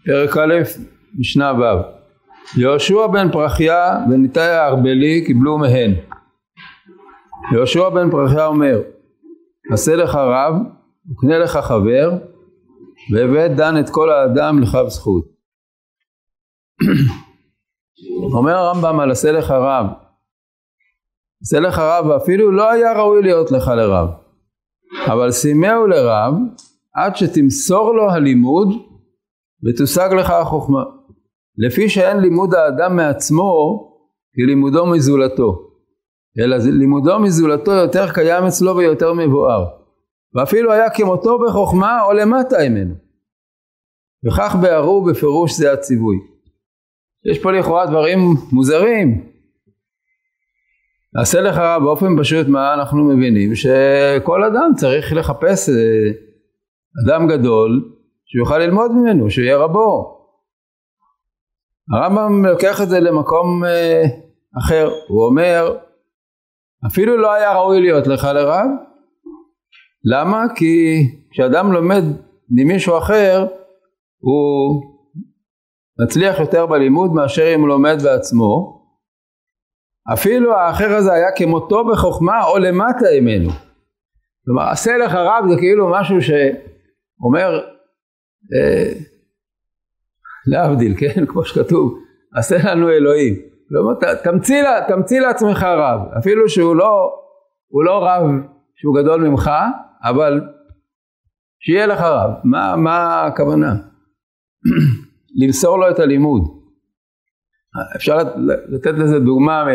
פרק א', משנה ו'. יהושע בן פרחיה וניתאי הארבלי קיבלו מהן. יהושע בן פרחיה אומר, עשה לך רב וקנה לך חבר, והבאת דן את כל האדם לכף זכות. אומר הרמב"ם על עשה לך רב, עשה לך רב ואפילו לא היה ראוי להיות לך לרב, אבל שימהו לרב עד שתמסור לו הלימוד ותושג לך החוכמה, לפי שאין לימוד האדם מעצמו כי לימודו מזולתו, אלא לימודו מזולתו יותר קיים אצלו ויותר מבואר, ואפילו היה כמותו בחוכמה או למטה ממנו, וכך בהרו בפירוש זה הציווי. יש פה לכאורה דברים מוזרים. עשה לך רב באופן פשוט, מה אנחנו מבינים? שכל אדם צריך לחפש אדם גדול שיוכל ללמוד ממנו, שיהיה רבו. הרמב"ם לוקח את זה למקום אחר. הוא אומר, אפילו לא היה ראוי להיות לך לרב. למה? כי כשאדם לומד ממישהו אחר, הוא מצליח יותר בלימוד מאשר אם הוא לומד בעצמו. אפילו האחר הזה היה כמותו בחוכמה או למטה ממנו. כלומר, עשה לך רב זה כאילו משהו שאומר, להבדיל, כן? כמו שכתוב, עשה לנו אלוהים. כלומר, תמציא לעצמך רב. אפילו שהוא לא רב שהוא גדול ממך, אבל שיהיה לך רב. מה הכוונה? למסור לו את הלימוד. אפשר לתת לזה דוגמה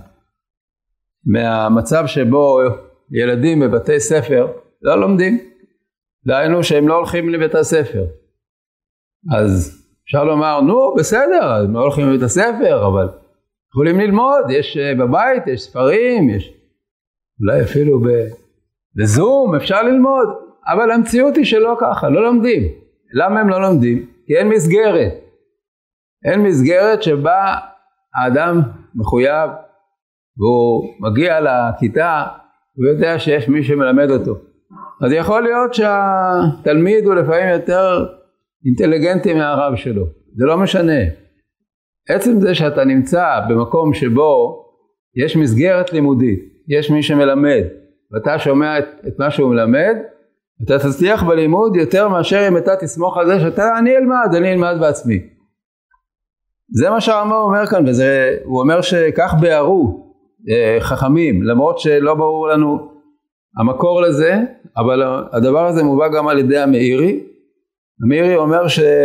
מהמצב שבו ילדים בבתי ספר לא לומדים. דהיינו שהם לא הולכים לבית הספר. אז אפשר לומר, נו בסדר, הם לא הולכים לבית הספר, אבל יכולים ללמוד, יש בבית, יש ספרים, יש אולי אפילו בזום אפשר ללמוד, אבל המציאות היא שלא ככה, לא לומדים. למה הם לא לומדים? כי אין מסגרת. אין מסגרת שבה האדם מחויב והוא מגיע לכיתה, הוא יודע שיש מי שמלמד אותו. אז יכול להיות שהתלמיד הוא לפעמים יותר אינטליגנטי מהרב שלו. זה לא משנה. עצם זה שאתה נמצא במקום שבו יש מסגרת לימודית, יש מי שמלמד, ואתה שומע את מה שהוא מלמד, אתה תצליח בלימוד יותר מאשר אם אתה תסמוך על זה אני אלמד בעצמי. זה מה שהרמב"ם אומר כאן, הוא אומר שכך בהרו חכמים, למרות שלא ברור לנו המקור לזה, אבל הדבר הזה מובא גם על ידי המאירי. המאירי אומר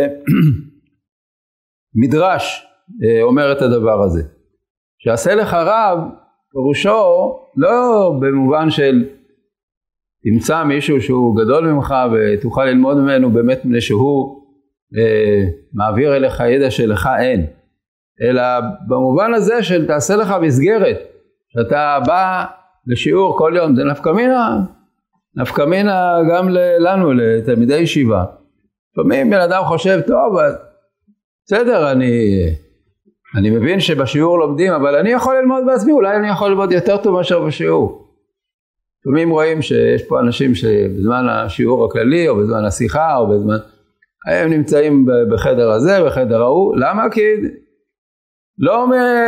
שמדרש אומר את הדבר הזה, שעשה לך רב פירושו לא במובן של תמצא מישהו שהוא גדול ממך ותוכל ללמוד ממנו באמת מפני שהוא מעביר אליך ידע שלך אין, אלא במובן הזה של תעשה לך מסגרת, שאתה בא לשיעור כל יום. זה נפקא מינה גם לנו לתלמידי ישיבה. לפעמים בן אדם חושב, טוב בסדר, אני מבין שבשיעור לומדים, אבל אני יכול ללמוד בעצמי, אולי אני יכול ללמוד יותר טוב מאשר בשיעור. לפעמים רואים שיש פה אנשים שבזמן השיעור הכללי או בזמן השיחה או בזמן הם נמצאים בחדר הזה בחדר ההוא. למה? כי לא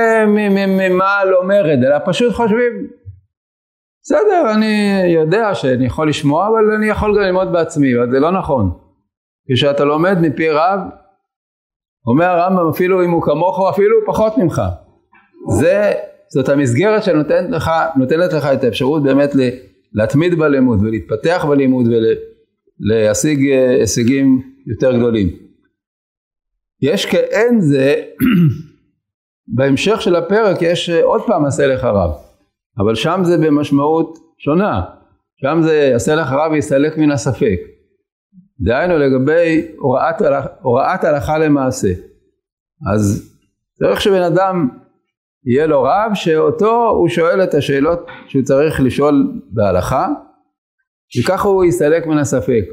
ממה לא מרד, אלא פשוט חושבים בסדר, אני יודע שאני יכול לשמוע, אבל אני יכול גם ללמוד בעצמי, אבל זה לא נכון. כשאתה לומד מפי רב, אומר הרמב"ם, אפילו אם הוא כמוך או אפילו פחות ממך, זאת המסגרת שנותנת לך את האפשרות באמת להתמיד בלימוד ולהתפתח בלימוד ולהשיג הישגים יותר גדולים. יש כאין זה, בהמשך של הפרק יש עוד פעם עשה לך רב, אבל שם זה במשמעות שונה. שם זה עשה לך רב ויסלק מן הספק. דהיינו לגבי הוראת הלכה למעשה. אז צריך שבן אדם יהיה לו רב שאותו הוא שואל את השאלות שהוא צריך לשאול בהלכה, וככה הוא יסלק מן הספק.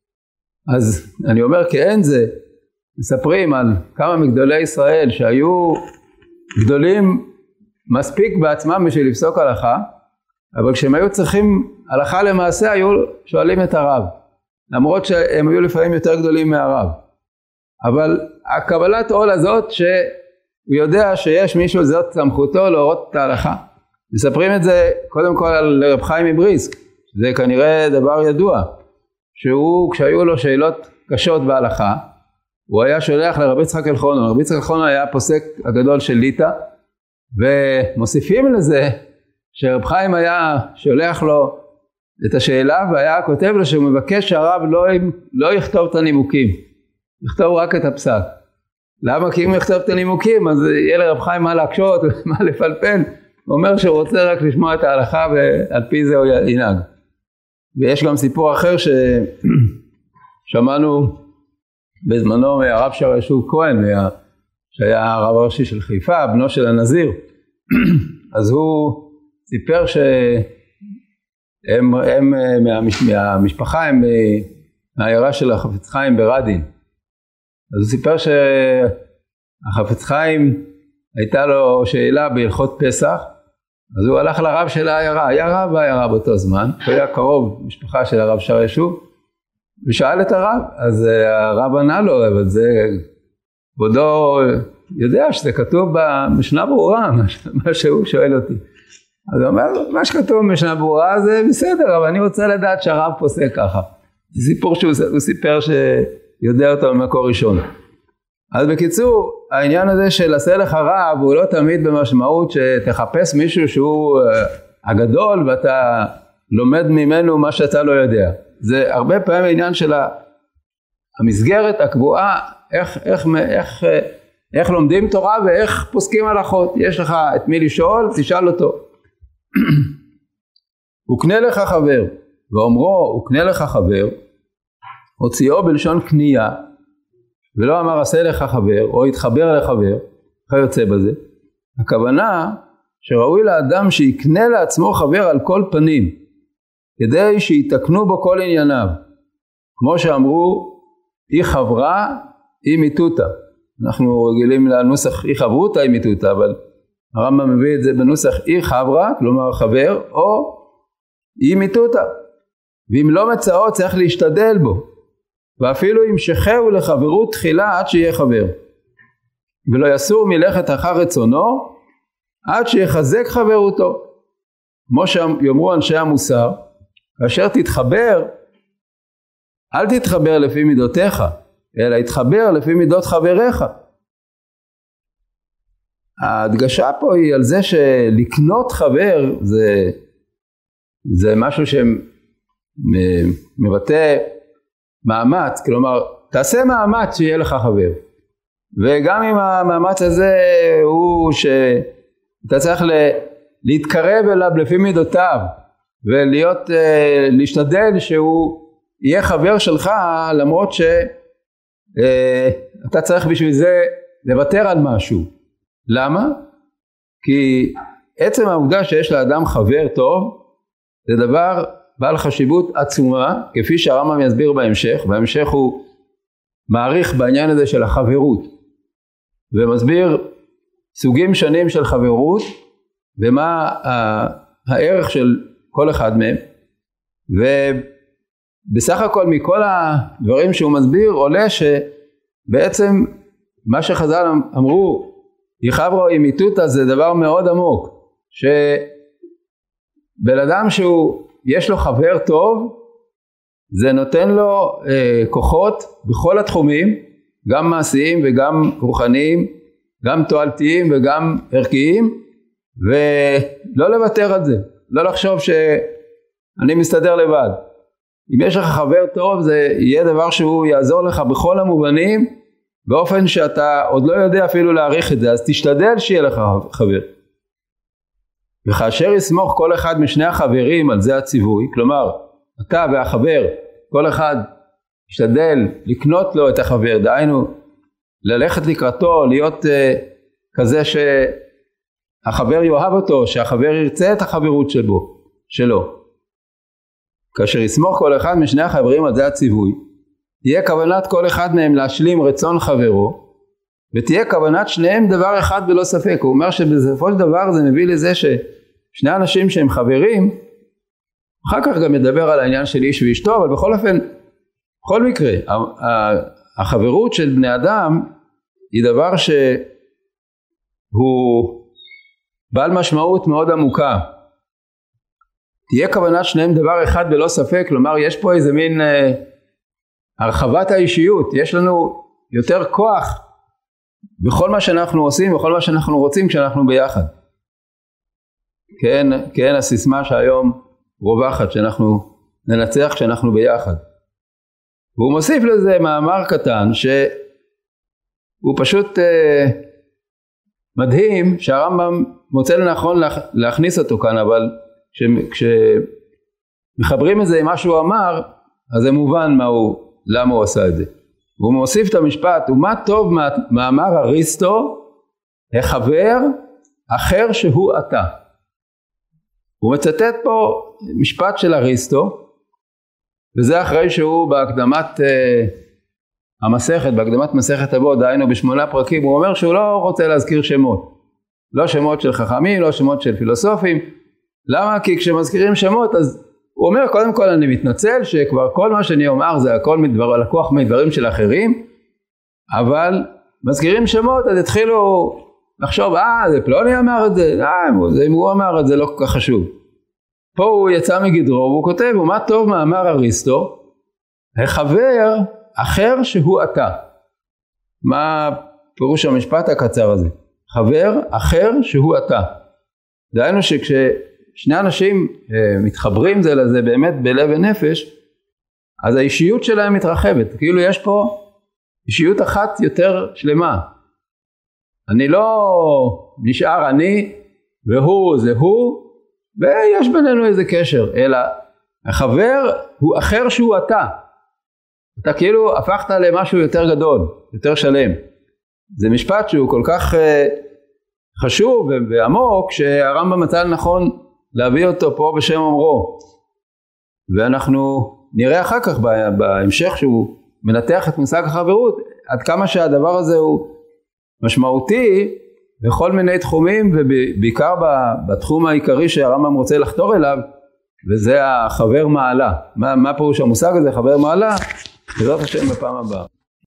אז אני אומר כאין זה, מספרים על כמה מגדולי ישראל שהיו גדולים מספיק בעצמם בשביל לפסוק הלכה, אבל כשהם היו צריכים הלכה למעשה היו שואלים את הרב, למרות שהם היו לפעמים יותר גדולים מהרב. אבל הקבלת עול הזאת שהוא יודע שיש מישהו, זאת סמכותו להורות את ההלכה. מספרים את זה קודם כל על רב חיים מבריסק, זה כנראה דבר ידוע, שהוא כשהיו לו שאלות קשות בהלכה, הוא היה שולח לרבי יצחק אלחונון. רבי יצחק אלחונון היה הפוסק הגדול של ליטא, ומוסיפים לזה שרב חיים היה שולח לו את השאלה והיה כותב לו שהוא מבקש שהרב לא יכתוב את הנימוקים, יכתוב רק את הפסק. למה? כי אם הוא יכתוב את הנימוקים אז יהיה לרב חיים מה להקשות, מה לפלפל. הוא אומר שהוא רוצה רק לשמוע את ההלכה ועל פי זה הוא ינהג. ויש גם סיפור אחר ששמענו בזמנו מהרב שר ישוב כהן, שהיה הרב הראשי של חיפה, בנו של הנזיר. אז הוא סיפר שהם מהמשפחה, הם מהעיירה של החפץ חיים ברדין. אז הוא סיפר שהחפץ חיים הייתה לו שאלה בהלכות פסח, אז הוא הלך לרב של העיירה, היה רב העיירה באותו זמן, הוא היה קרוב משפחה של הרב שר ישוב, ושאל את הרב, אז הרב ענה לו, אבל זה כבודו יודע שזה כתוב במשנה ברורה, מה שהוא שואל אותי. אז הוא אומר, מה שכתוב במשנה ברורה זה בסדר, אבל אני רוצה לדעת שהרב פוסק ככה. זה סיפור שהוא סיפר שיודע אותו במקור ראשון. אז בקיצור, העניין הזה של עשה לך רב, הוא לא תמיד במשמעות שתחפש מישהו שהוא הגדול, ואתה לומד ממנו מה שאתה לא יודע. זה הרבה פעמים העניין של המסגרת הקבועה, איך לומדים תורה ואיך פוסקים הלכות. יש לך את מי לשאול, תשאל אותו. וקנה לך חבר, ואומרו וקנה לך חבר, הוציאו בלשון קנייה, ולא אמר עשה לך חבר, או התחבר לחבר, כיוצא בזה. הכוונה שראוי לאדם שיקנה לעצמו חבר על כל פנים, כדי שיתקנו בו כל ענייניו. כמו שאמרו, אי חברה, אי מיתותא. אנחנו רגילים לנוסח אי חברותא, אי מיתותא, אבל הרמב"ם מביא את זה בנוסח אי חברה, כלומר חבר, או אי מיתותא. ואם לא מצאו צריך להשתדל בו. ואפילו ימשכהו לחברות תחילה עד שיהיה חבר. ולא יסור מלכת אחר רצונו עד שיחזק חברותו. כמו שיאמרו אנשי המוסר, כאשר תתחבר, אל תתחבר לפי מידותיך, אלא תתחבר לפי מידות חבריך. ההדגשה פה היא על זה שלקנות חבר זה משהו שמבטא מאמץ, כלומר תעשה מאמץ שיהיה לך חבר, וגם אם המאמץ הזה הוא שאתה צריך להתקרב אליו לפי מידותיו להשתדל שהוא יהיה חבר שלך, למרות שאתה צריך בשביל זה לוותר על משהו. למה? כי עצם העובדה שיש לאדם חבר טוב זה דבר בעל חשיבות עצומה, כפי שהרמב"ם יסביר בהמשך. בהמשך הוא מעריך בעניין הזה של החברות ומסביר סוגים שונים של חברות ומה הערך של כל אחד מהם. ובסך הכל מכל הדברים שהוא מסביר עולה שבעצם מה שחז"ל אמרו אי חברה אי מיתותא זה דבר מאוד עמוק, שבן אדם שהוא יש לו חבר טוב, זה נותן לו כוחות בכל התחומים, גם מעשיים וגם רוחניים, גם תועלתיים וגם ערכיים, ולא לוותר על זה, לא לחשוב שאני מסתדר לבד. אם יש לך חבר טוב זה יהיה דבר שהוא יעזור לך בכל המובנים, באופן שאתה עוד לא יודע אפילו להעריך את זה, אז תשתדל שיהיה לך חבר. וכאשר יסמוך כל אחד משני החברים על זה הציווי, כלומר אתה והחבר, כל אחד ישתדל לקנות לו את החבר, דהיינו ללכת לקראתו, להיות כזה שהחבר יאהב אותו, שהחבר ירצה את החברות שלו. כאשר יסמוך כל אחד משני החברים על זה הציווי, תהיה כוונת כל אחד מהם להשלים רצון חברו, ותהיה כוונת שניהם דבר אחד בלא ספק. הוא אומר שבסופו של דבר זה מביא לזה ששני אנשים שהם חברים, אחר כך גם מדבר על העניין של איש ואשתו, אבל בכל אופן, בכל מקרה, החברות של בני אדם היא דבר שהוא בעל משמעות מאוד עמוקה. תהיה כוונת שניהם דבר אחד בלא ספק, כלומר יש פה איזה מין הרחבת האישיות, יש לנו יותר כוח בכל מה שאנחנו עושים, בכל מה שאנחנו רוצים כשאנחנו ביחד. כן, הסיסמה שהיום רווחת, שאנחנו ננצח כשאנחנו ביחד. והוא מוסיף לזה מאמר קטן שהוא פשוט מדהים, שהרמב"ם מוצא לנכון להכניס אותו כאן, אבל כשמחברים את זה עם מה שהוא אמר, אז זה מובן למה הוא עשה את זה. והוא מוסיף את המשפט, ומה טוב מאמר אריסטו, החבר אחר שהוא אתה. הוא מצטט פה משפט של אריסטו, וזה אחרי שהוא בהקדמת המסכת, בהקדמת מסכת אבות, דהיינו ב8 פרקים, הוא אומר שהוא לא רוצה להזכיר שמות. לא שמות של חכמים, לא שמות של פילוסופים. למה? כי כשמזכירים שמות, אז הוא אומר, קודם כל אני מתנצל שכבר כל מה שאני אומר זה הכל לקוח מדברים של אחרים, אבל מזכירים שמות, אז התחילו לחשוב, זה פלוני אמר את זה, אם הוא אמר את זה לא כל כך חשוב. פה הוא יצא מגדרו, והוא כותב, ומה טוב מאמר אריסטו, החבר אחר שהוא אתה. מה פירוש המשפט הקצר הזה? חבר אחר שהוא אתה. דהיינו שכששני אנשים מתחברים זה לזה באמת בלב ונפש, אז האישיות שלהם מתרחבת. כאילו יש פה אישיות אחת יותר שלמה. אני לא נשאר אני והוא זה הוא, ויש בינינו איזה קשר, אלא החבר הוא אחר שהוא אתה. אתה כאילו הפכת למשהו יותר גדול, יותר שלם. זה משפט שהוא כל כך חשוב ועמוק, שהרמב"ם מצא לנכון להביא אותו פה בשם אומרו. ואנחנו נראה אחר כך בהמשך שהוא מנתח את מושג החברות, עד כמה שהדבר הזה הוא משמעותי בכל מיני תחומים, ובעיקר בתחום העיקרי שהרמב"ם רוצה לחתור אליו, וזה החבר מעלה. מה פירוש המושג הזה, חבר מעלה? בעזרת השם בפעם הבאה.